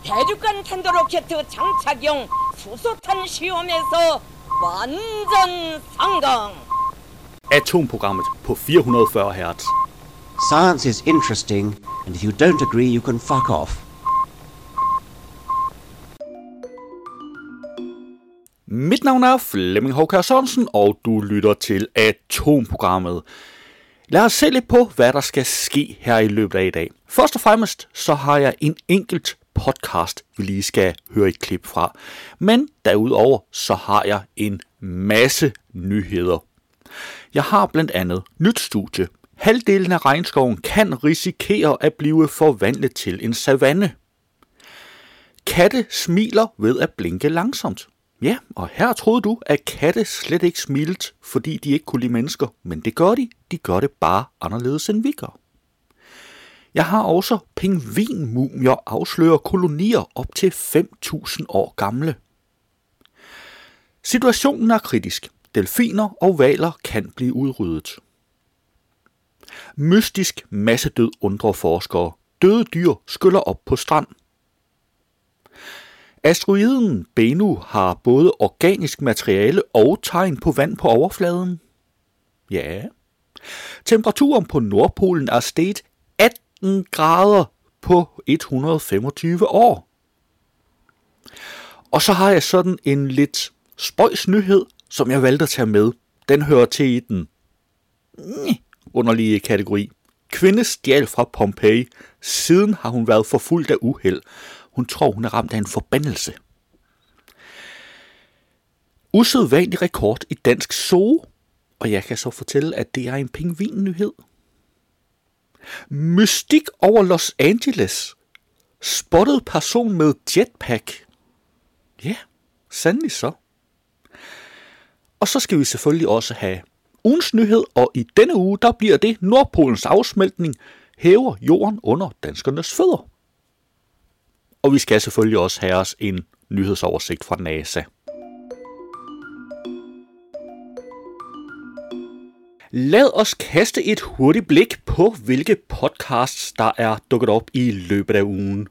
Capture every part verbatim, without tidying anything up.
대륙간 탄도로켓 장착용 수소탄 시험에서 완전 성공. Atomprogrammet på fire hundrede og fyrre hertz. Science is interesting, and if you don't agree, you can fuck off. Mit navn er Flemming Hovkær Sørensen, og du lytter til Atomprogrammet. Lad os se lidt på, hvad der skal ske her i løbet af i dag. Først og fremmest, så har jeg en enkelt podcast, vi lige skal høre et klip fra. Men derudover, så har jeg en masse nyheder. Jeg har blandt andet nyt studie. Halvdelen af regnskoven kan risikere at blive forvandlet til en savanne. Katte smiler ved at blinke langsomt. Ja, og her troede du, at katte slet ikke smilede, fordi de ikke kunne lide mennesker. Men det gør de. De gør det bare anderledes end vi gør. Jeg har også pingvinmumier afslører kolonier op til fem tusind år gamle. Situationen er kritisk. Delfiner og hvaler kan blive udryddet. Mystisk massedød undrer forskere. Døde dyr skyller op på strand. Asteroiden Bennu har både organisk materiale og tegn på vand på overfladen. Ja. Temperaturen på Nordpolen er steget atten grader på et hundrede og femogtyve år. Og så har jeg sådan en lidt spøjs nyhed, som jeg valgte at tage med. Den hører til i den underlige kategori. Kvinde stjal fra Pompeji. Siden har hun været forfulgt af uheld. Hun tror, hun er ramt af en forbandelse. Usædvanlig rekord i dansk zoo. Og jeg kan så fortælle, at det er en pingvinnyhed. Mystik over Los Angeles. Spottet person med jetpack. Ja, sandelig så. Og så skal vi selvfølgelig også have ugens nyhed, og i denne uge, der bliver det Nordpolens afsmeltning hæver jorden under danskernes fødder. Og vi skal selvfølgelig også have os en nyhedsoversigt fra NASA. Lad os kaste et hurtigt blik på, hvilke podcasts, der er dukket op i løbet af ugen.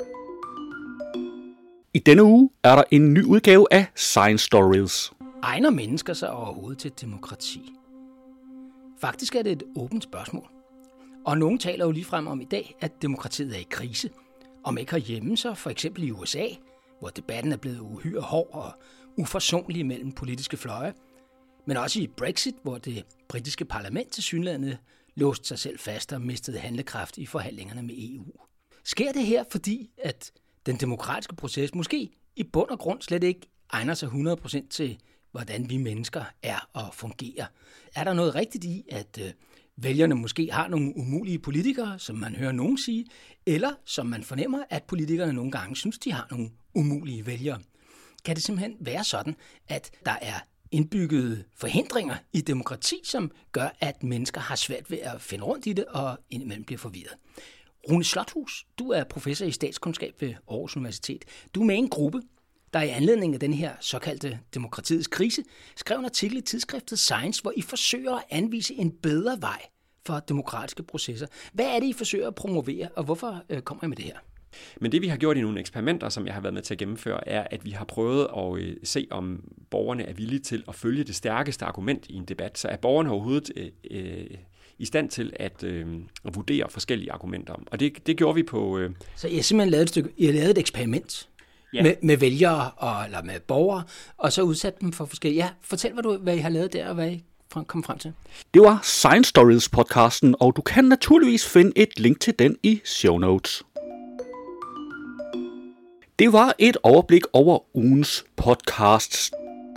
I denne uge er der en ny udgave af Science Stories. Egner mennesker sig overhovedet til demokrati? Faktisk er det et åbent spørgsmål. Og nogen taler jo ligefrem om i dag, at demokratiet er i krise. Om ikke herhjemme, så for eksempel i U S A, hvor debatten er blevet uhyre hård og uforsonlig mellem politiske fløje. Men også i Brexit, hvor det britiske parlament tilsyneladende låste sig selv fast og mistede handlekraft i forhandlingerne med E U. Sker det her, fordi at den demokratiske proces måske i bund og grund slet ikke egner sig hundrede procent til, hvordan vi mennesker er og fungerer? Er der noget rigtigt i, at øh, vælgerne måske har nogle umulige politikere, som man hører nogen sige, eller som man fornemmer, at politikerne nogle gange synes, de har nogle umulige vælgere? Kan det simpelthen være sådan, at der er indbyggede forhindringer i demokrati, som gør, at mennesker har svært ved at finde rundt i det og indimellem bliver forvirret? Rune Slothus, du er professor i statskundskab ved Aarhus Universitet. Du er med i en gruppe, der i anledning af den her såkaldte demokratiets krise, skrev en artikel i tidsskriftet Science, hvor I forsøger at anvise en bedre vej for demokratiske processer. Hvad er det, I forsøger at promovere, og hvorfor øh, kommer I med det her? Men det vi har gjort i nogle eksperimenter, som jeg har været med til at gennemføre, er, at vi har prøvet at øh, se, om borgerne er villige til at følge det stærkeste argument i en debat. Så er borgerne overhovedet øh, øh, i stand til at, øh, at vurdere forskellige argumenter. Og det, det gjorde vi på... Øh... Så I har simpelthen lavet et, stykke, I har lavet et eksperiment ja. med, med vælgere og, eller med borgere, og så udsat dem for forskellige... Ja, fortæl, hvad, du, hvad I har lavet der, og hvad I kom frem til. Det var Science Stories podcasten, og du kan naturligvis finde et link til den i show notes. Det var et overblik over ugens podcasts.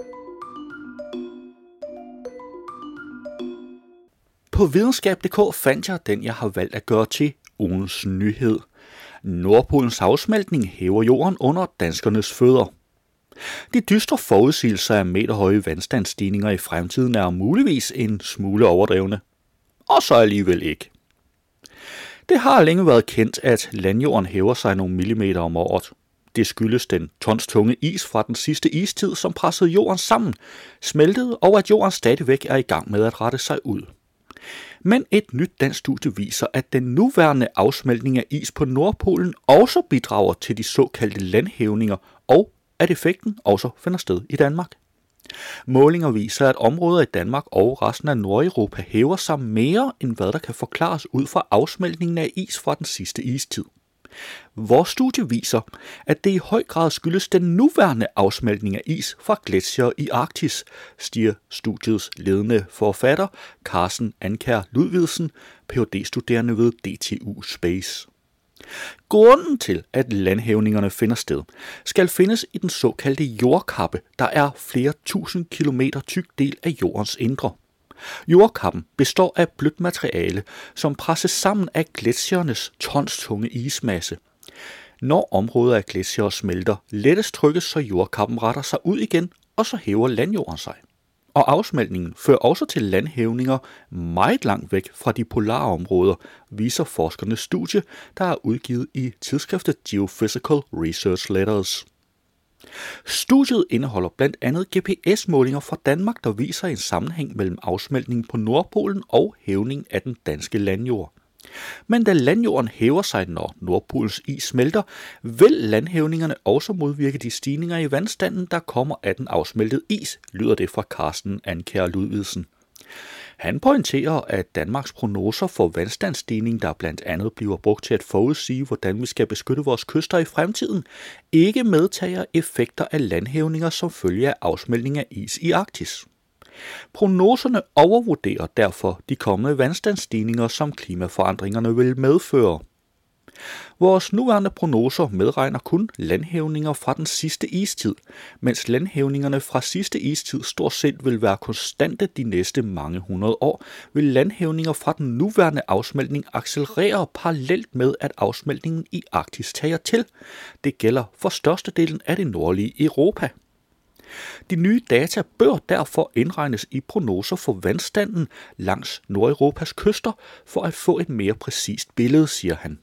På videnskab punktum d k fandt jeg den, jeg har valgt at gøre til ugens nyhed. Nordpolens afsmeltning hæver jorden under danskernes fødder. De dystre forudsigelser af meterhøje vandstandsstigninger i fremtiden er muligvis en smule overdrevne. Og så alligevel ikke. Det har længe været kendt, at landjorden hæver sig nogle millimeter om året. Det skyldes den tons tunge is fra den sidste istid, som pressede jorden sammen, smeltede, og at jorden stadigvæk er i gang med at rette sig ud. Men et nyt dansk studie viser, at den nuværende afsmeltning af is på Nordpolen også bidrager til de såkaldte landhævninger, og at effekten også finder sted i Danmark. Målinger viser, at områder i Danmark og resten af Nordeuropa hæver sig mere, end hvad der kan forklares ud fra afsmeltningen af is fra den sidste istid. Vores studie viser, at det i høj grad skyldes den nuværende afsmeltning af is fra gletsjere i Arktis, siger studiets ledende forfatter Carsten Ankjær Ludvigsen, P H D-studerende ved D T U Space. Grunden til, at landhævningerne finder sted, skal findes i den såkaldte jordkappe, der er flere tusind kilometer tyk del af jordens indre. Jordkappen består af blødt materiale, som presses sammen af gletsjernes tonstunge ismasse. Når områder af gletsjere smelter, lettes trykket, så jordkappen retter sig ud igen, og så hæver landjorden sig. Og afsmeltningen fører også til landhævninger meget langt væk fra de polare områder, viser forskernes studie, der er udgivet i tidsskriftet Geophysical Research Letters. Studiet indeholder blandt andet G P S-målinger fra Danmark, der viser en sammenhæng mellem afsmeltningen på Nordpolen og hævning af den danske landjord. Men da landjorden hæver sig, når Nordpolens is smelter, vil landhævningerne også modvirke de stigninger i vandstanden, der kommer af den afsmeltede is, lyder det fra Carsten Ankjær Ludvigsen. Han pointerer, at Danmarks prognoser for vandstandsstigning, der blandt andet bliver brugt til at forudsige, hvordan vi skal beskytte vores kyster i fremtiden, ikke medtager effekter af landhævninger som følge af afsmeltning af is i Arktis. Prognoserne overvurderer derfor de kommende vandstandsstigninger, som klimaforandringerne vil medføre. Vores nuværende prognoser medregner kun landhævninger fra den sidste istid, mens landhævningerne fra sidste istid stort set vil være konstante de næste mange hundrede år, vil landhævninger fra den nuværende afsmeltning accelerere parallelt med, at afsmeltningen i Arktis tager til. Det gælder for størstedelen af det nordlige Europa. De nye data bør derfor indregnes i prognoser for vandstanden langs Nordeuropas kyster for at få et mere præcist billede, siger han.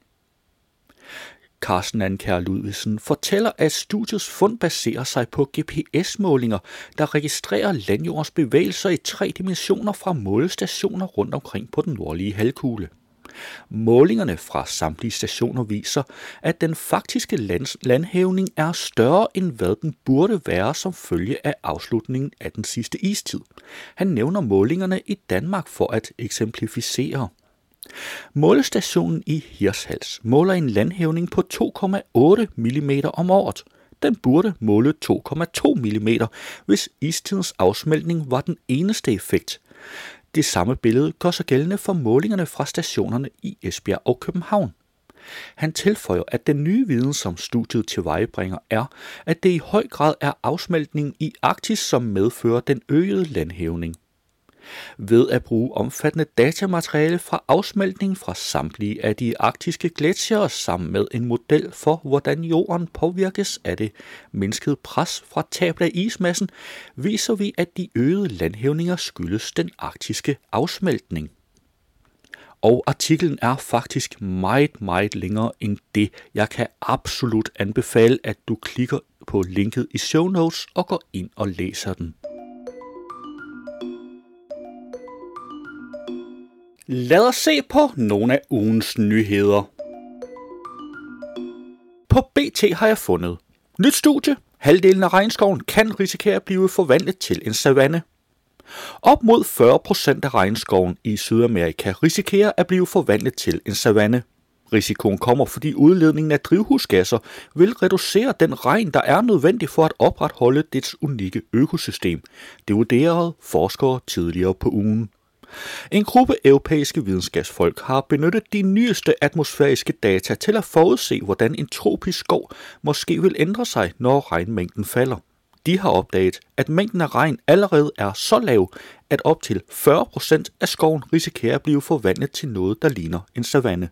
Carsten Ankjær Ludvigsen fortæller, at studiets fund baserer sig på G P S-målinger, der registrerer landjordens bevægelser i tre dimensioner fra målestationer rundt omkring på den nordlige halvkugle. Målingerne fra samtlige stationer viser, at den faktiske landhævning er større end hvad den burde være som følge af afslutningen af den sidste istid. Han nævner målingerne i Danmark for at eksemplificere. Målestationen i Hirtshals måler en landhævning på to komma otte millimeter om året. Den burde måle to komma to millimeter, hvis istidens afsmeltning var den eneste effekt. Det samme billede gør sig gældende for målingerne fra stationerne i Esbjerg og København. Han tilføjer, at den nye viden, som studiet tilvejebringer, er, at det i høj grad er afsmeltningen i Arktis, som medfører den øgede landhævning. Ved at bruge omfattende datamateriale fra afsmeltningen fra samtlige af de arktiske gletsjere sammen med en model for, hvordan jorden påvirkes af det mindskede pres fra tabet af ismassen, viser vi, at de øgede landhævninger skyldes den arktiske afsmeltning. Og artiklen er faktisk meget, meget længere end det. Jeg kan absolut anbefale, at du klikker på linket i show notes og går ind og læser den. Lad os se på nogle af ugens nyheder. På B T har jeg fundet nyt studie. Halvdelen af regnskoven kan risikere at blive forvandlet til en savanne. Op mod fyrre procent af regnskoven i Sydamerika risikerer at blive forvandlet til en savanne. Risikoen kommer, fordi udledningen af drivhusgasser vil reducere den regn, der er nødvendig for at opretholde dets unikke økosystem. Det vurderede forskere tidligere på ugen. En gruppe europæiske videnskabsfolk har benyttet de nyeste atmosfæriske data til at forudse, hvordan en tropisk skov måske vil ændre sig, når regnmængden falder. De har opdaget, at mængden af regn allerede er så lav, at op til fyrre procent af skoven risikerer at blive forvandlet til noget, der ligner en savanne.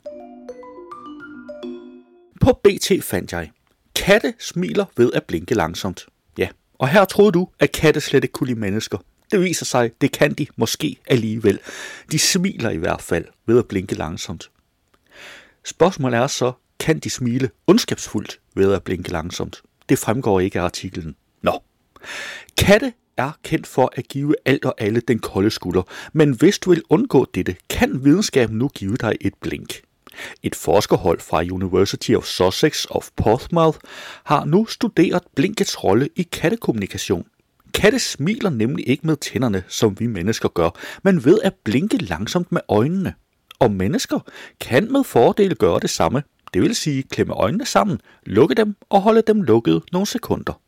På B T fandt jeg, katte smiler ved at blinke langsomt. Ja, og her troede du, at katte slet ikke kunne lide mennesker. Det viser sig, det kan de måske alligevel. De smiler i hvert fald ved at blinke langsomt. Spørgsmålet er så, kan de smile ondskabsfuldt ved at blinke langsomt? Det fremgår ikke af artiklen. Nå. Katte er kendt for at give alt og alle den kolde skulder, men hvis du vil undgå dette, kan videnskaben nu give dig et blink. Et forskerhold fra University of Sussex of Portsmouth har nu studeret blinkets rolle i kattekommunikation. Katte smiler nemlig ikke med tænderne, som vi mennesker gør, men ved at blinke langsomt med øjnene. Og mennesker kan med fordel gøre det samme, det vil sige klemme øjnene sammen, lukke dem og holde dem lukkede nogle sekunder.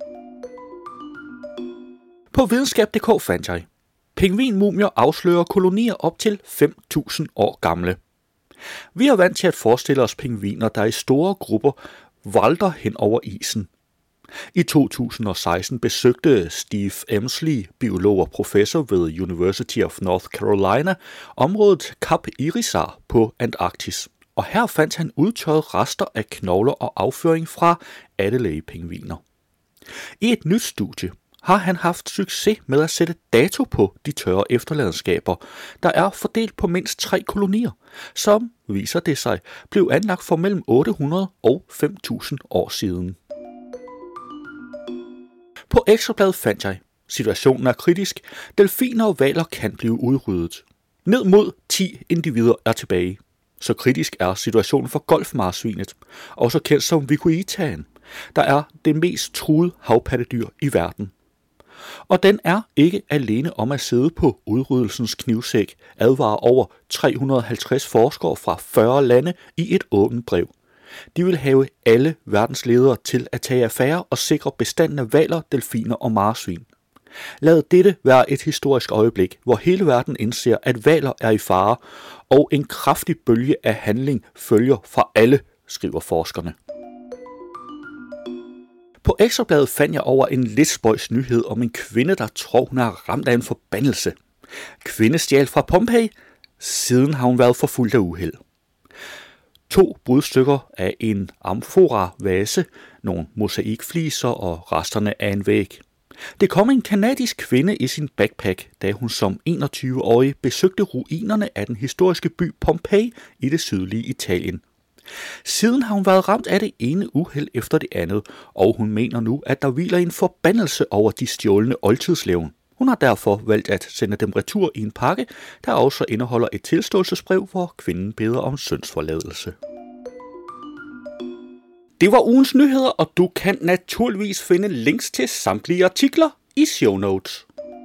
På videnskab punktum d k fandt jeg, pingvinmumier afslører kolonier op til fem tusind år gamle. Vi er vant til at forestille os pingviner, der i store grupper valter hen over isen. I to tusind og seksten besøgte Steve Emsley, biolog og professor ved University of North Carolina, området Kap Irisar på Antarktis, og her fandt han udtørret rester af knogler og afføring fra Adelaide-pingviner. I et nyt studie har han haft succes med at sætte dato på de tørre efterladenskaber, der er fordelt på mindst tre kolonier, som, viser det sig, blev anlagt for mellem otte hundrede og fem tusind år siden. På Ekstrabladet fandt jeg, situationen er kritisk, delfiner og hvaler kan blive udryddet. Ned mod ti individer er tilbage. Så kritisk er situationen for golfmarsvinet, også kendt som vicuitaen, der er det mest truede havpattedyr i verden. Og den er ikke alene om at sidde på udryddelsens knivsæk, advarer over tre hundrede og halvtreds forskere fra fyrre lande i et åbent brev. De vil have alle verdens ledere til at tage affære og sikre bestanden af hvaler, delfiner og marsvin. Lad dette være et historisk øjeblik, hvor hele verden indser, at hvaler er i fare, og en kraftig bølge af handling følger fra alle, skriver forskerne. På Ekstrabladet fandt jeg over en lidt spøjs nyhed om en kvinde, der tror, hun er ramt af en forbandelse. Kvinde stjal fra Pompeji, siden har hun været forfulgt af uheld. To brudstykker af en amfora-vase, nogle mosaikfliser og resterne af en væg. Det kom en kanadisk kvinde i sin backpack, da hun som enogtyve-årig besøgte ruinerne af den historiske by Pompeji i det sydlige Italien. Siden har hun været ramt af det ene uheld efter det andet, og hun mener nu, at der hviler en forbandelse over de stjålne oldtidslevn. Hun har derfor valgt at sende dem retur i en pakke, der også indeholder et tilståelsesbrev, hvor kvinden beder om syndsforladelse. Det var ugens nyheder, og du kan naturligvis finde links til samtlige artikler i show notes.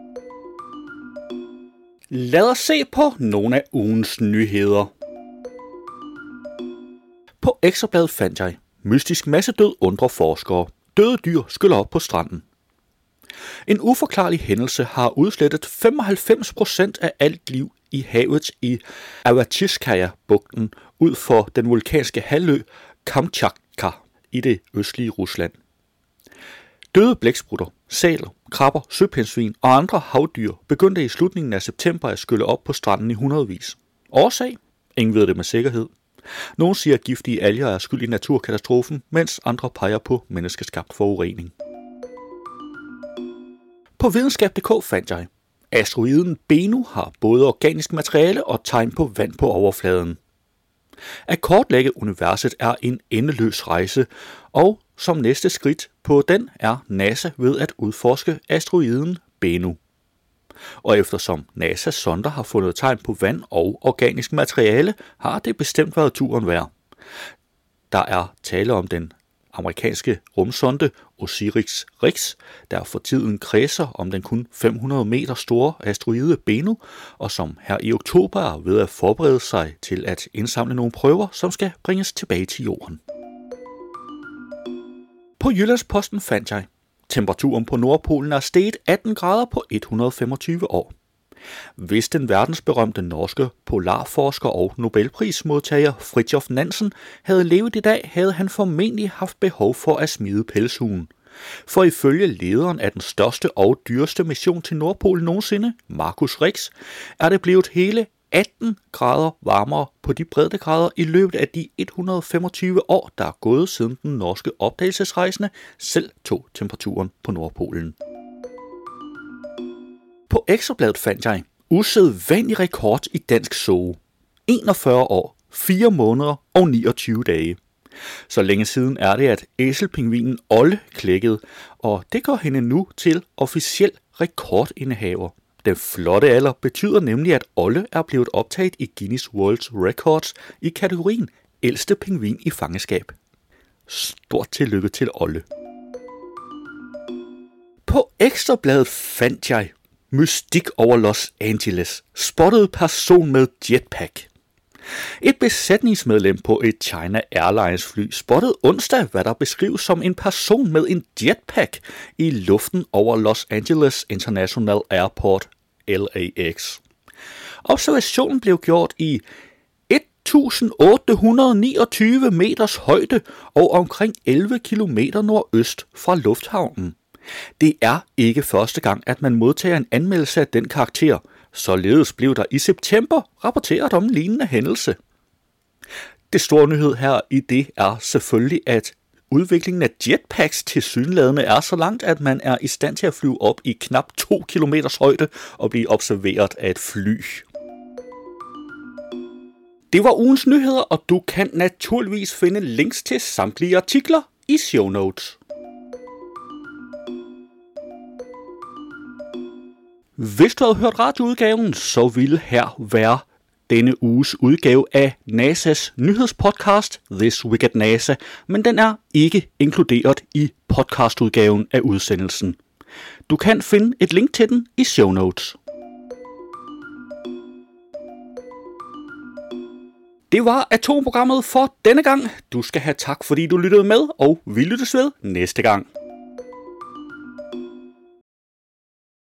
Lad os se på nogle af ugens nyheder. På Ekstrabladet fandt jeg, mystisk massedød undrer forskere. Døde dyr skyller op på stranden. En uforklarlig hændelse har udslettet femoghalvfems procent af alt liv i havet i Avatyrskaja-bugten ud for den vulkanske halvø Kamchatka i det østlige Rusland. Døde blæksprutter, sæler, krabber, søpindsvin og andre havdyr begyndte i slutningen af september at skylle op på stranden i hundredvis. Årsag? Ingen ved det med sikkerhed. Nogle siger, at giftige alger er skyld i naturkatastrofen, mens andre peger på menneskeskabt forurening. På videnskab punktum d k fandt jeg, asteroiden Bennu har både organisk materiale og tegn på vand på overfladen. At kortlægge universet er en endeløs rejse, og som næste skridt på den er NASA ved at udforske asteroiden Bennu. Og eftersom NASA's sonder har fundet tegn på vand og organisk materiale, har det bestemt været turen værd. Der er tale om den amerikanske rumsonde OSIRIS-REx, der for tiden kredser om den kun fem hundrede meter store asteroide Bennu, og som her i oktober er ved at forberede sig til at indsamle nogle prøver, som skal bringes tilbage til jorden. På Jyllandsposten fandt jeg, temperaturen på Nordpolen er steget atten grader på et hundrede og femogtyve år. Hvis den verdensberømte norske polarforsker og Nobelprismodtager Fridtjof Nansen havde levet i dag, havde han formentlig haft behov for at smide pelshuen. For ifølge lederen af den største og dyreste mission til Nordpolen nogensinde, Marcus Rix, er det blevet hele atten grader varmere på de breddegrader i løbet af de et hundrede og femogtyve år, der er gået siden den norske opdagelsesrejsende selv tog temperaturen på Nordpolen. På Ekstrabladet fandt jeg usædvanlig rekord i dansk zoo. enogfyrre år, fire måneder og niogtyve dage. Så længe siden er det, at æselpingvinen Olle klækkede, og det går hende nu til officiel rekordindehaver. Den flotte alder betyder nemlig, at Olle er blevet optaget i Guinness World Records i kategorien ældste pingvin i fangenskab. Stort tillykke til Olle. På Ekstrabladet fandt jeg mystik over Los Angeles. Spottet person med jetpack. Et besætningsmedlem på et China Airlines fly spottede onsdag, hvad der beskrives som en person med en jetpack i luften over Los Angeles International Airport, L A X. Observationen blev gjort i et tusind otte hundrede niogtyve meters højde og omkring elleve kilometer nordøst fra lufthavnen. Det er ikke første gang, at man modtager en anmeldelse af den karakter. Således blev der i september rapporteret om en lignende hændelse. Det store nyhed her i det er selvfølgelig, at udviklingen af jetpacks tilsyneladende er så langt, at man er i stand til at flyve op i knap to kilometers højde og blive observeret af et fly. Det var ugens nyheder, og du kan naturligvis finde links til samtlige artikler i show notes. Hvis du havde hørt radioudgaven, så ville her være denne uges udgave af NASA's nyhedspodcast This Week at NASA, men den er ikke inkluderet i podcastudgaven af udsendelsen. Du kan finde et link til den i show notes. Det var atomprogrammet for denne gang. Du skal have tak, fordi du lyttede med, og vi lyttes ved næste gang.